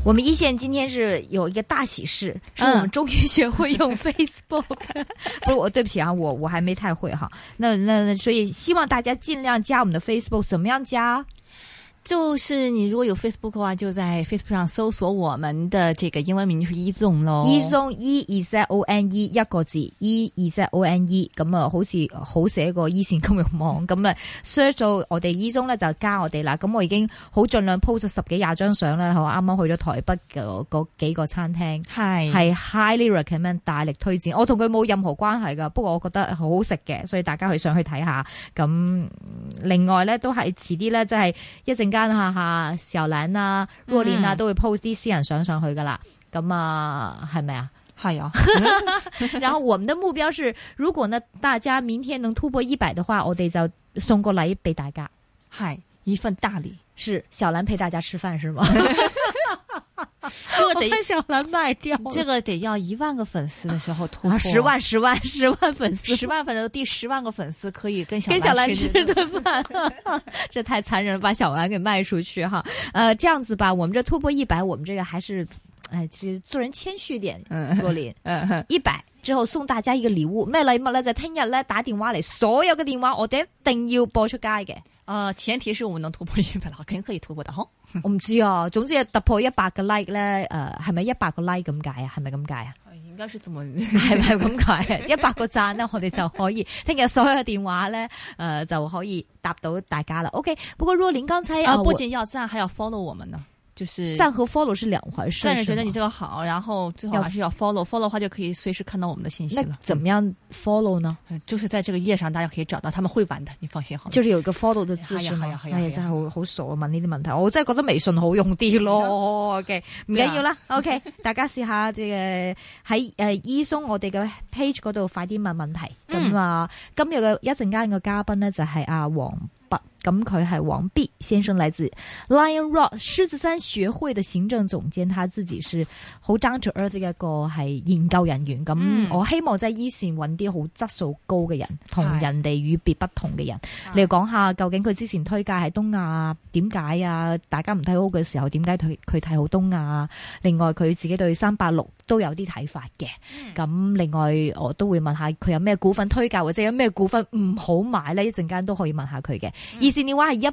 我们一线今天是有一个大喜事，是我们终于学会用 Facebook。不是我，对不起啊，我还没太会哈。那所以希望大家尽量加我们的 Facebook， 怎么样加？ 就是你如果有 Facebook 的話，就在 Facebook 上搜索我們的這個英文名就是E-Zone咯。 E-Zone E-Z-O-N-E 一個字 E-Z-O-N-E 咁啊，好似好寫過 E 線金融網咁啊。search 到我哋 E-Zone 咧就加我哋啦。咁我已經好盡量 post 咗10幾20張相啦。我啱啱去咗台北嘅嗰幾個餐廳，係 highly recommend 大力推薦。我同佢冇任何關係噶，不過我覺得好好食嘅，所以大家去上去睇下。咁另外咧都係遲啲咧，即係一陣間下小蘭啊、若蓮啊都會 post 啲私人相上去噶啦。咁啊，係咪啊？ 係啊。 然後我們的目標是，如果呢大家明天能突破100的話，我哋就送個禮俾大家， 係一份大禮， 是小蘭陪大家吃飯是嗎？ 這個得小蘭賣掉， 這個得要1萬個粉絲的時候突破 10萬粉絲 ，10萬粉絲第10萬個粉絲可以跟小蘭吃頓飯，這太殘忍了，把小蘭給賣出去哈。這樣子吧，我們這突破100，我們這個還是，其實做人謙虛點，若琳，100之後送大家一個禮物，咩禮物呢？就聽日呢打電話嚟，所有嘅電話我哋一定要播出街嘅。 前提是我們能突破100啦，肯定可以突破的哈。 我唔知啊，總之突破100個 like 咧，係咪100個 like 咁解啊？係咪咁解啊？ 應該是這麼係咪咁解啊？100個讚咧，我哋就可以聽日所有嘅電話咧，就可以答到大家啦。OK， 不過若琳剛才不僅要讚，還要 follow 我們呢。就是讚和 follow 是兩回事， 讚是覺得你這個好，然後最好還是要 follow 的話就可以隨時看到我們的信息了。 那怎麼樣 follow 呢？ 就是在這個頁上大家可以找到，他們會玩的，你放心好了。 就是有一個 follow 的姿勢嘛。哎呀，真係好傻啊！問呢啲問題，我真係覺得微信好用啲咯。OK， 唔緊要啦。OK， 大家試下即係喺E-Zone我哋嘅 page 嗰度快啲問問題。咁啊，今日嘅一陣間嘅嘉賓呢就係阿黃北。咁佢係王弼先生，來自 Lion Rock 獅子山學會的行政總監，他自己是好 down to earth 嘅一個係研究人員。咁我希望即係依線揾啲好質素高嘅人，同人哋與別不同嘅人。你講下究竟佢之前推介喺東亞點解啊？大家唔睇好嘅時候，點解佢睇好東亞？另外佢自己對386都有啲睇法嘅。咁另外我都會問下佢有咩股份推介，或者有咩股份唔好買呢？一陣間都可以問下佢嘅。線電話係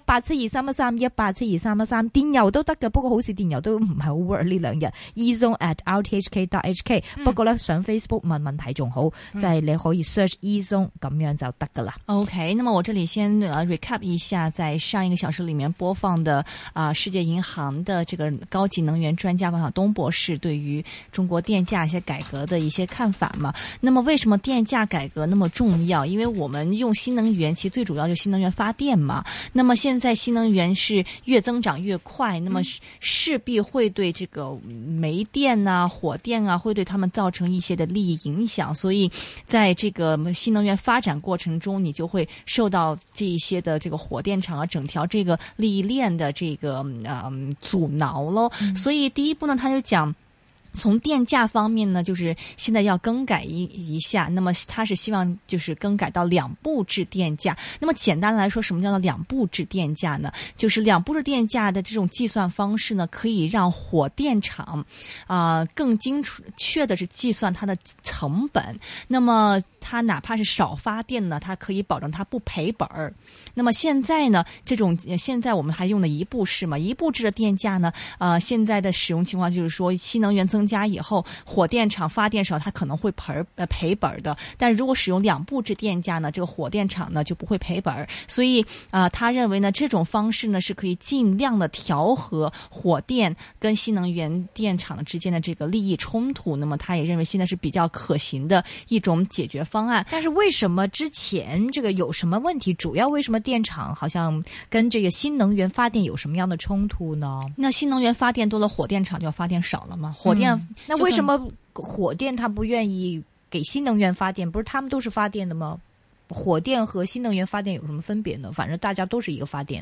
1872313，1872313，電郵都得嘅，不過好似電郵都唔係好 work 呢兩日。E-Zone@rthk.hk， 不過咧上 Facebook 問問題仲好，就係你可以 search E-Zone 咁樣就得噶啦。 OK， 那麼我這裡先recap 一下，在上一個小時裡面播放的世界銀行的這個高級能源專家王曉東博士對於中國電價一些改革的一些看法嘛。那麼為什麼電價改革那麼重要？因為我們用新能源，其實最主要就是新能源發電嘛。那麼現在新能源是越增長越快，那麼勢必會對這個煤電啊、火電啊，會對他們造成一些的利益影響。所以在這個新能源發展過程中，你就會受到這一些的這個火電廠啊，整條這個利益鏈的這個阻撓咯。所以第一步呢，他就講，從電價方面呢，就是現在要更改一下，那麼他是希望就是更改到兩步制電價。那麼簡單的來說，什麼叫做兩步制電價呢？就是兩步制電價的這種計算方式呢，可以讓火電廠更精確的是計算它的成本。那麼它哪怕是少發電呢，它可以保證它不賠本兒。那麼現在呢，現在我們還用的一步式嘛，一步制的電價呢，現在的使用情況就是說，新能源增加以後，火電廠發電少，它可能會賠本的。但如果使用兩步制電價呢，這個火電廠呢就不會賠本。所以他認為呢，這種方式呢是可以盡量的調和火電跟新能源電廠之間的這個利益衝突。那麼他也認為現在是比較可行的一種解決方案。 但是為什麼之前這個有什麼問題？主要為什麼電廠好像跟這個新能源發電有什麼樣的衝突呢？ 那新能源發電多了，火電廠就要發電少了嗎？火電那為什麼火電他不願意給新能源發電？不是他們都是發電的嗎？火電和新能源發電有什麼分別呢？反正大家都是一個發電呢。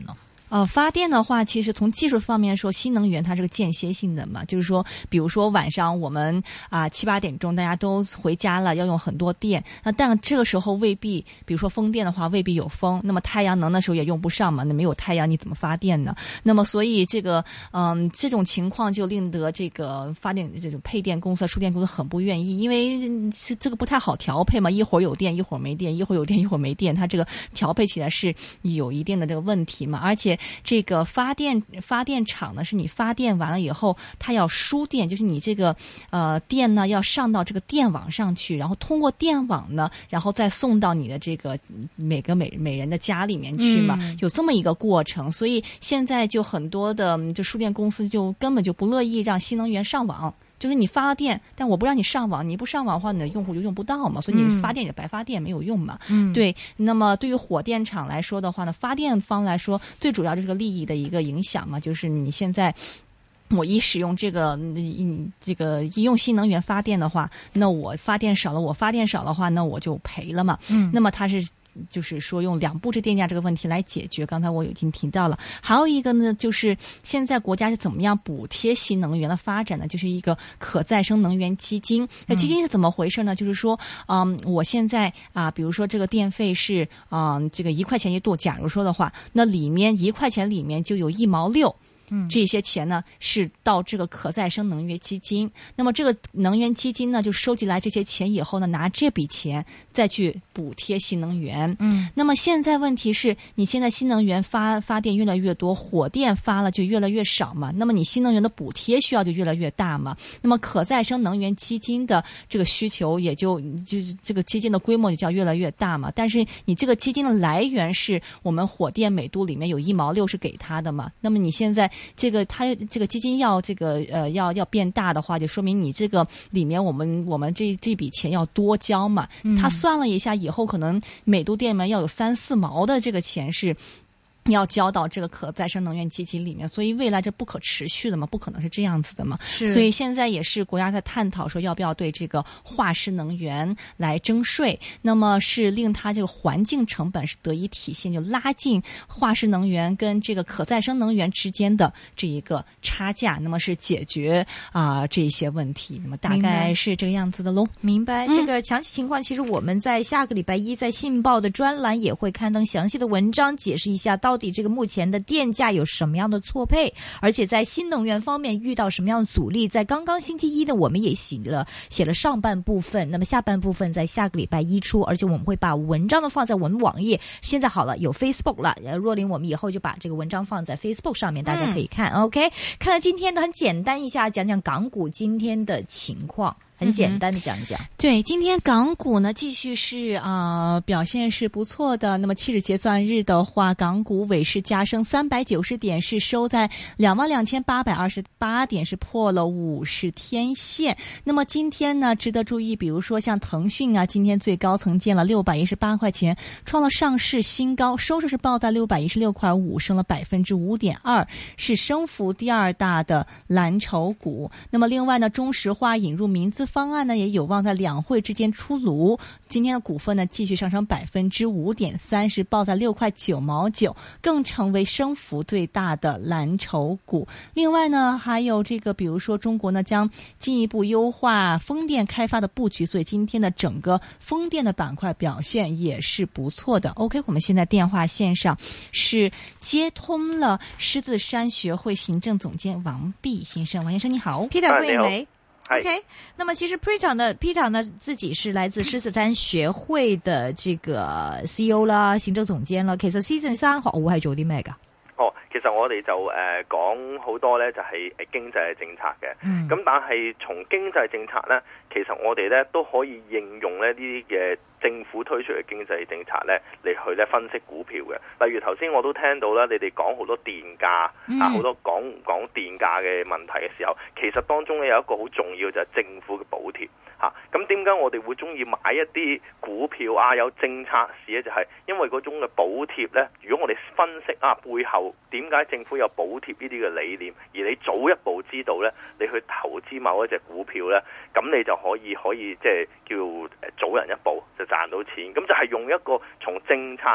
发电的话，其实从技术方面说，新能源它是个间歇性的嘛，就是说，比如说晚上我们7、8点钟大家都回家了，要用很多电，但这个时候未必，比如说风电的话未必有风，那么太阳能的时候也用不上嘛，那没有太阳你怎么发电呢？那么所以这个这种情况就令得这个发电这种配电公司、输电公司很不愿意，因为这个不太好调配嘛，一会儿有电，一会儿没电，一会儿有电，一会儿没电，它这个调配起来是有一定的这个问题嘛，而且这个发电厂呢，是你发电完了以后，它要输电，就是你这个电呢要上到这个电网上去，然后通过电网呢，然后再送到你的这个每人的家里面去嘛，有这么一个过程。所以现在就很多的就输电公司就根本就不乐意让新能源上网。就是你发了电，但我不让你上网，你不上网的话，你的用户就用不到嘛，所以你发电也白发电，没有用嘛。对。那么对于火电厂来说的话呢，发电方来说，最主要就是个利益的一个影响嘛，就是你现在。我一使用这个一用新能源发电的话，那我发电少了的话，那我就赔了嘛。那么它是。就是说用两步制电价这个问题来解决，刚才我已经提到了。还有一个呢，就是现在国家是怎么样补贴新能源的发展呢？就是一个可再生能源基金。那基金是怎么回事呢？就是说，我现在比如说这个电费是这个1块钱一度，假如说的话，那里面1块钱里面就有1毛6。这些钱呢是到这个可再生能源基金，那么这个能源基金呢就收集来这些钱以后呢，拿这笔钱再去补贴新能源。那么现在问题是你现在新能源发电越来越多，火电发了就越来越少嘛，那么你新能源的补贴需要就越来越大嘛，那么可再生能源基金的这个需求也就是这个基金的规模就叫越来越大嘛，但是你这个基金的来源是我们火电每度里面有1毛6是给他的嘛，那么你现在它这个基金要要变大的话，就说明你这个里面我们这笔钱要多交嘛。他算了一下，以后可能每度电里面要有3、4毛的这个钱是。要交到这个可再生能源基金里面，所以未来这不可持续的嘛，不可能是这样子的嘛。所以现在也是国家在探讨说要不要对这个化石能源来征税，那么是令它这个环境成本是得以体现，就拉近化石能源跟这个可再生能源之间的这一个差价，那么是解决这一些问题，那么大概是这个样子的喽。 明白。这个详细情况其实我们在下个礼拜1在信报的专栏也会刊登详细的文章，解释一下到底这个目前的电价有什么样的错配，而且在新能源方面遇到什么样的阻力。在刚刚星期一呢，我们也写了上半部分，那么下半部分在下个礼拜1出，而且我们会把文章呢放在我们网页。现在好了，有 Facebook 了，若琳我们以后就把这个文章放在 Facebook 上面，大家可以看。OK， 看了今天的很简单一下，讲讲港股今天的情况。很简单的讲讲。 对，今天港股呢继续是表现是不错的。那么7日结算日的话，港股尾市加升390点，是收在22,828点，是破了50天线。那么今天呢，值得注意，比如说像腾讯今天最高曾见了618块钱，创了上市新高，收市是报在616块5，升了5.2%，是升幅第2大的蓝筹股。那么另外呢，中石化引入民资方案呢，也有望在两会之间出炉。今天的股份呢继续上升5.3%，是报在6块9毛9，更成为升幅最大的蓝筹股。另外呢，还有这个，比如说中国呢将进一步优化风电开发的布局，所以今天的整个风电的板块表现也是不错的。OK， 我们现在电话线上是接通了狮子山学会行政总监王弼先生。王先生你好。 Peter 欢迎你。OK， 那麼其實 Peter 呢自己是來自獅子山學會的這個 CEO 啦，行政總監啦。其實獅子山學會係做啲咩㗎？ 其實我哋就講好多咧，就係經濟嘅政策嘅。咁但係從經濟政策咧，其實我哋咧都可以應用咧呢啲嘅政府推出嘅經濟政策咧嚟去咧分析股票嘅。例如頭先我都聽到啦，你哋講好多電價好多講電價嘅問題嘅時候，其實當中咧有一個好重要就係政府嘅補貼嚇。咁點解我哋會中意買一啲股票有政策市咧？就係因為嗰種嘅補貼咧，如果我哋分析背後點解政府有補貼呢啲嘅理念，而你早一步知道咧，你去投資某一隻股票咧，咁你就可以即係叫早人一步就賺到錢。咁就係用一個從政策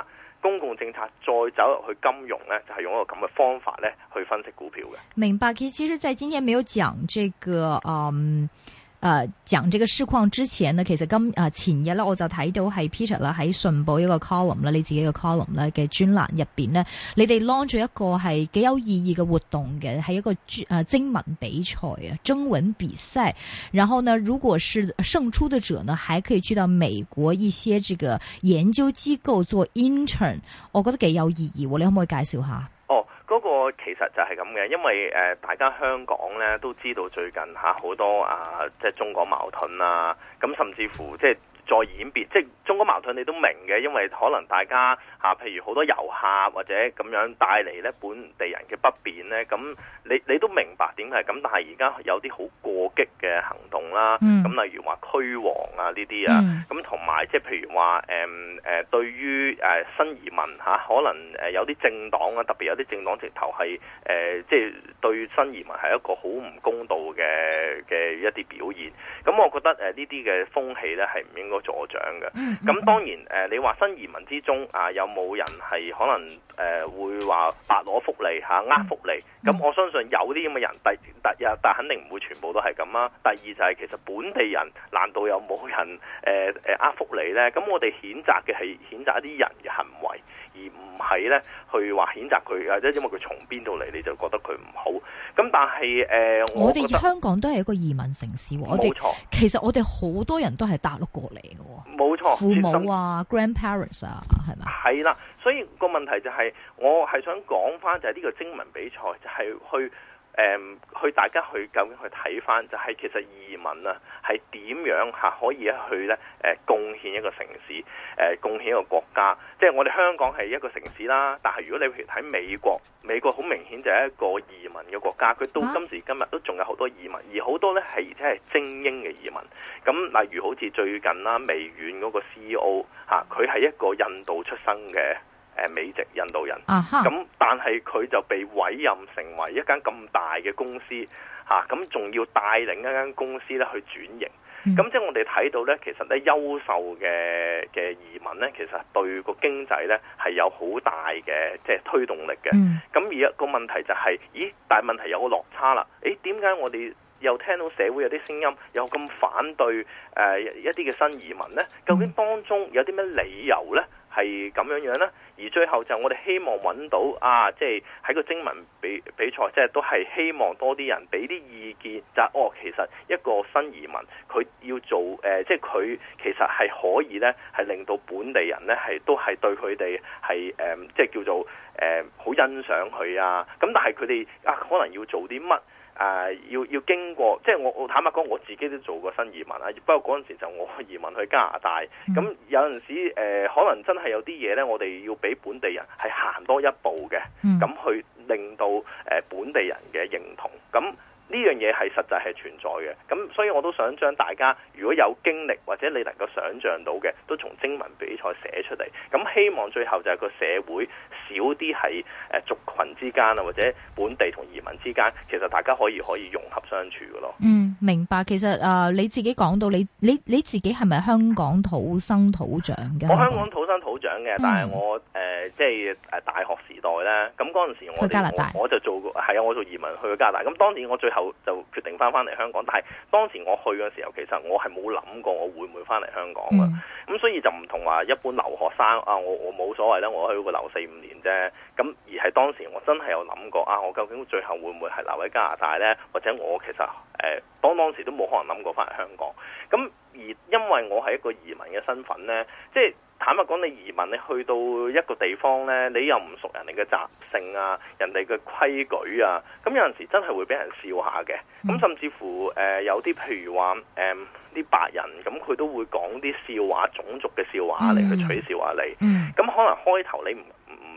公共政策再走入去金融呢，就係用一個咁嘅方法呢去分析股票嘅。 明白。其實在今天沒有講這個講這個市況之前呢，其實前日咧我就睇到係 Peter 啦喺信報一個 column 啦，你自己嘅 column 咧嘅專欄入邊呢，你哋 launch 咗一個係幾有意義嘅活動嘅，係一個徵文比賽啊，徵文比賽。然後呢，如果是勝出的者呢，還可以去到美國一些這個研究機構做 intern， 我覺得幾有意義，你可唔可以介紹下？ 嗰個其實就係咁嘅，因為大家香港咧都知道最近好多即係中港矛盾啊，咁甚至乎即係再演變，即係中港矛盾你都明嘅，因為可能大家譬如好多遊客或者咁樣帶嚟咧本地人嘅不便咧，咁你都明白點係咁，但係而家有啲好過激嘅行動啦，咁例如話驅蝗啊呢啲啊，咁同埋即係譬如話對於新移民可能有啲政黨啊，特別有啲政黨直頭係即係對新移民係一個好唔公道嘅一啲表現，咁我覺得呢啲嘅風氣咧係唔應該助長嘅。咁當然你話新移民之中有冇人係可能會話白攞福利呃福利？咁我相信有啲咁嘅人，但肯定唔會全部都係咁啦。第二就係其實本地人難道有冇人呃福利呢？咁我哋譴責嘅係譴責一啲人嘅行為，而唔係呢去話譴責佢，或者因為佢從邊度嚟你就覺得佢唔好。咁但係我哋香港都係一個移民城市，冇錯。其實我哋好多人都係大陸過嚟嘅，冇錯，父母啊、grandparents 啊，係咪？ 係啦，所以個問題就係我係想講翻就係呢個徵文比賽，就係去大家去究竟去睇翻，就係其實移民啊係點樣可以去咧貢獻一個城市，貢獻一個國家。即係我哋香港係一個城市啦，但係如果你譬如睇美國好明顯就係一個移民嘅國家，佢到今時今日都仲有好多移民，而好多咧係而且係精英嘅移民。咁例如好似最近啦，微軟嗰個 CEO 佢係一個印度出生嘅美籍印度人，咁但係佢就被委任成為一間咁大嘅公司，咁仲要帶領一間公司咧去轉型。咁即係我哋睇到咧，其實咧優秀嘅移民咧，其實對個經濟咧係有好大嘅即係推動力嘅。咁而一個問題就係，但係問題有個落差啦。點解我哋又聽到社會有啲聲音又咁反對一啲嘅新移民呢？究竟當中有啲咩理由呢？係咁樣呢？而最後就我哋希望揾到即係喺個徵文比賽，即係都係希望多啲人俾啲意見，就係其實一個新移民佢要做即係佢其實係可以呢，係令到本地人呢係都係對佢哋係即係叫做好欣賞佢啊。咁但係佢哋可能要做啲乜？要經過，即係我坦白講，我自己都做過新移民啊。不過嗰陣時就我移民去加拿大，咁有陣時可能真係有啲嘢呢，我哋要俾本地人係行多一步嘅，咁去令到本地人嘅認同。咁呢樣嘢係實在係存在嘅，咁所以我都想將大家如果有經歷或者你能夠想像到嘅，都從徵文比賽寫出嚟。咁希望最後就係個社會少啲係族群之間啊，或者本地同移民之間，其實大家可以融合相處嘅咯。 明白。其實你自己講到你自己係咪香港土生土長嘅？ 我香港土生土長嘅，但係我即係大學時代咧，咁嗰陣時去加拿大， 我就做過，係啊，我做移民去加拿大。咁當然我最後就決定翻嚟香港，但係當時我去嘅時候，其實我係冇諗過我會唔會翻嚟香港嘅。咁所以就唔同話一般留學生我冇所謂咧，我去過留4-5年啫。咁而係當時我真係有諗過我究竟最後會唔會係留喺加拿大咧？或者我其實當時都冇可能諗過翻嚟香港。咁而因為我係一個移民嘅身份咧，即係坦白講，你移民你去到一個地方咧，你又唔熟人哋嘅習性啊，人哋嘅規矩啊，咁有陣時真係會俾人笑下嘅。咁甚至乎有啲譬如話啲白人，咁佢都會講啲笑話，種族嘅笑話嚟去取笑下你。咁可能開頭你唔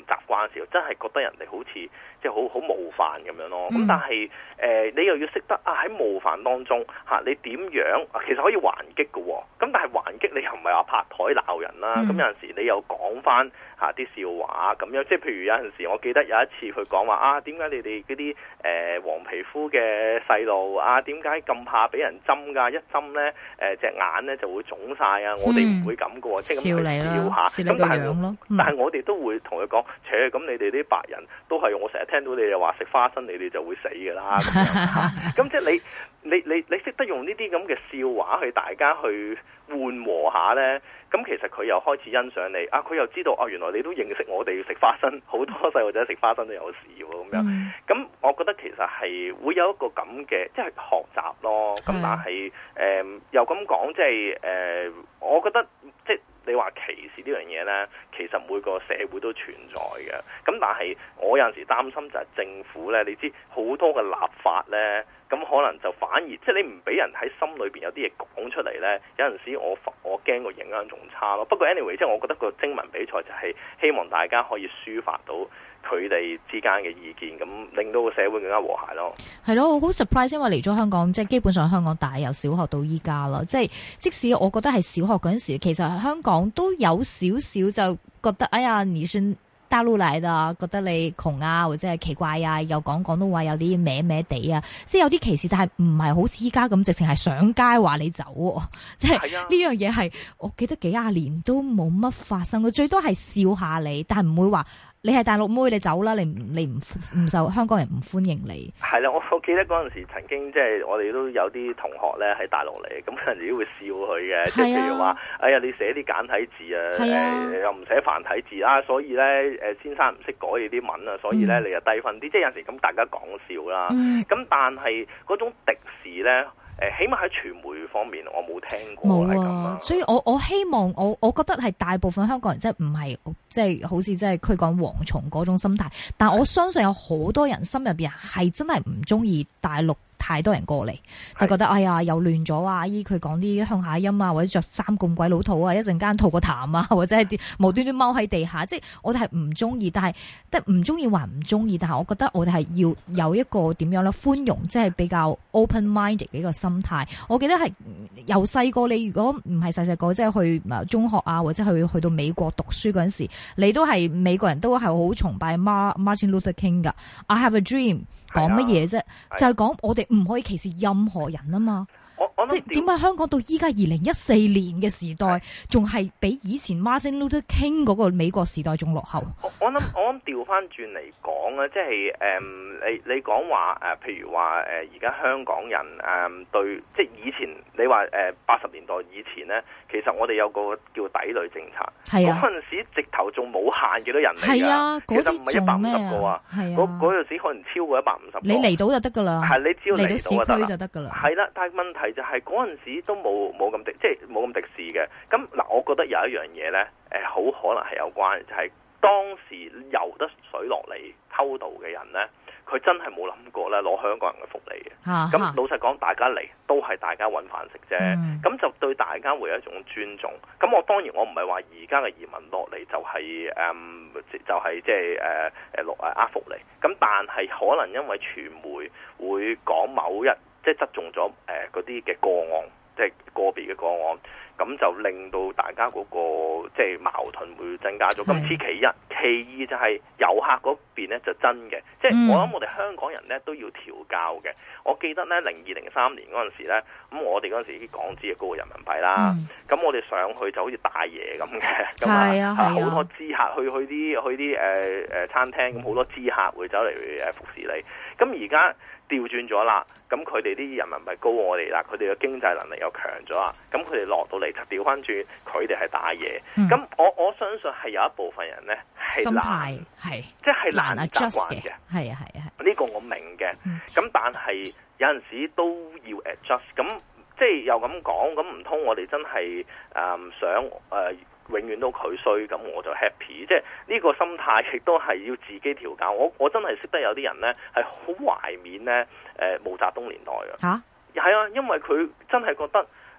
習慣嘅時候，真係覺得人哋好似即係好冒犯咁樣咯。咁但係你又要識得喺冒犯當中你點樣其實可以還擊嘅喎。咁但係還擊你又唔係話拍台鬧人啦。咁有陣時你又講翻啲笑話咁樣，即係譬如有陣時我記得有一次佢講話點解你哋嗰啲黃皮膚嘅細路點解咁怕俾人針㗎？一針咧隻眼咧就會腫晒啊！我哋唔會咁嘅喎，即係咁去笑下。咁但係我哋都會同佢講，咁你哋啲白人都係我成日聽到你哋話食花生，你哋就會死㗎啦。咁即係你識得用呢啲咁嘅笑話去大家去緩和下咧，咁其實佢又開始欣賞你佢又知道原來你都認識我哋食花生，好多細路仔食花生都有事喎咁樣。咁我覺得其實係會有一個咁嘅即係學習咯。咁但係又咁講，即係我覺得即係你話歧視呢樣嘢咧，其實每個社會都存在嘅。咁但係我有陣時擔心就係政府咧，你知好多嘅立法咧，咁可能就反而即係你唔俾人喺心裏邊有啲嘢講出嚟咧，有陣時我驚個影響仲差咯。不過 anyway， 即係我覺得個徵文比賽就係希望大家可以抒發到佢哋之間嘅意見，咁令到個社會更加和諧咯。 係咯，我好 surprise， 因為嚟咗香港，即係基本上香港大由小學到依家啦。即係即使我覺得係小學嗰陣時，其實香港都有少少就覺得，哎呀，你算大陸嚟的，覺得你窮或者係奇怪又講廣東話有啲歪歪地即係有啲歧視，但係唔係好似依家咁，直情係上街話你走，即係呢樣嘢係我記得幾廿年都冇乜發生，佢最多係笑下你，但係唔會話你係大陸妹你走啦，你唔受香港人唔歡迎你。係啦， 我記得嗰陣時曾經即係我哋都有啲同學咧喺大陸嚟，咁人哋都會笑佢嘅，即係譬如話，哎呀你寫啲簡體字又唔寫繁體字所以咧先生唔識改你啲文所以咧你就低分啲，即係有陣時咁大家講笑啦。咁但係嗰種敵視咧。起碼喺傳媒方面，我冇聽過係咁。 所以我希望我覺得係大部分香港人即係唔係即係好似即係驅趕蝗蟲嗰種心態，但我相信有好多人心入邊係真係唔中意大陸太多人過嚟，就覺得哎呀又亂咗依佢講啲鄉下音或者着衫咁鬼老土一陣間吐個痰或者係啲無端端踎喺地下，即係我哋係唔中意，但係唔中意還唔中意，但係我覺得我哋係要有一個點樣咧寬容，即係比較 open minded 嘅一個心態。我記得係由細個，你如果唔係細個即係去中學或者去到美國讀書嗰陣時，你都係美國人都係好崇拜 Martin Luther King 噶。I have a dream。講乜嘢啫？就係講我哋唔可以歧視任何人啊嘛！即係點解香港到依家2014年嘅時代，仲係比以前 Martin Luther King 嗰個美國時代仲落後？ 我諗調翻轉嚟講啊，即係你講話譬如話而家香港人對，即係以前你話80年代以前咧，其實我哋有個叫抵壘政策，嗰陣時直頭仲冇限幾多人嚟㗎，其實唔係150個嗰陣時可能超過150個。你嚟到就得㗎啦，係你只要嚟到市區就得㗎啦。係啦，但係問題就係嗰陣時都冇咁即係冇咁敵視嘅。咁嗱，我覺得有一樣嘢咧，好可能係有關，就係當時游得水落嚟偷渡嘅人咧，佢真係冇諗過咧攞香港人嘅福利嘅。咁老實講，大家嚟都係大家揾飯食啫。咁就對大家會有一種尊重。咁我當然我唔係話而家嘅移民落嚟就係即係呃福利。咁但係可能因為傳媒會講某一即係側重咗嗰啲嘅個案，即係個別嘅個案，咁就令到大家嗰個即係矛盾會增加咗。咁此其一，其二就係遊客嗰邊咧就真嘅，即係我諗我哋香港人咧都要調教嘅。我記得咧02、03年嗰陣時咧，咁我哋嗰陣時啲港紙係高過人民幣啦，咁我哋上去就好似大爺咁嘅，咁好多知客去啲餐廳，咁好多知客會走嚟服侍你。咁而家調轉咗啦，咁佢哋啲人民幣高過我哋啦，佢哋嘅經濟能力又強咗啊，咁佢哋落到嚟就調翻轉，佢哋係大爺。咁我相信係有一部分人咧係難，即係難習慣嘅。係啊，呢個我明嘅。咁但係有陣時都要 adjust。咁即係又咁講，咁唔通我哋真係想永遠都佢衰，咁我就 happy，即係呢個心態亦都係要自己調教。我真係識得有啲人咧係好懷緬咧毛澤東年代嘅。係啊，因為佢真係覺得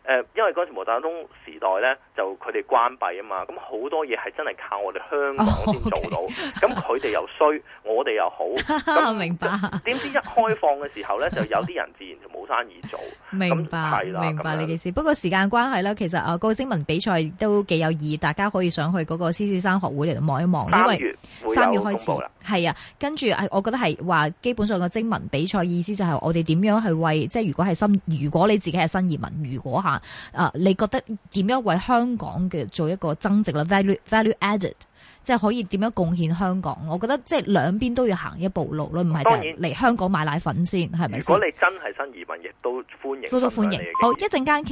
因為嗰陣時毛澤東時代咧，就佢哋關閉啊嘛，咁好多嘢係真係靠我哋香港先做到，咁佢哋又衰，我哋又好，咁明白。 點知一開放嘅時候咧，就有啲人自然就冇生意做。 明白，明白你嘅意思。不過時間關係啦，其實嗰個徵文比賽都幾有意義，大家可以上去嗰個獅子山學會嚟望一望。因為3月開始係啊，跟住我覺得係話基本上個徵文比賽意思就係我哋點樣去為，即係如果你自己係新移民，如果你覺得點樣為香港嘅做一個增值啦 value added， 即係可以點樣貢獻香港？我覺得即係兩邊都要行一步路咯，唔係就係嚟香港買奶粉先，係咪先？ 如果你真係新移民，亦都歡迎， 都歡迎。好，一陣間傾。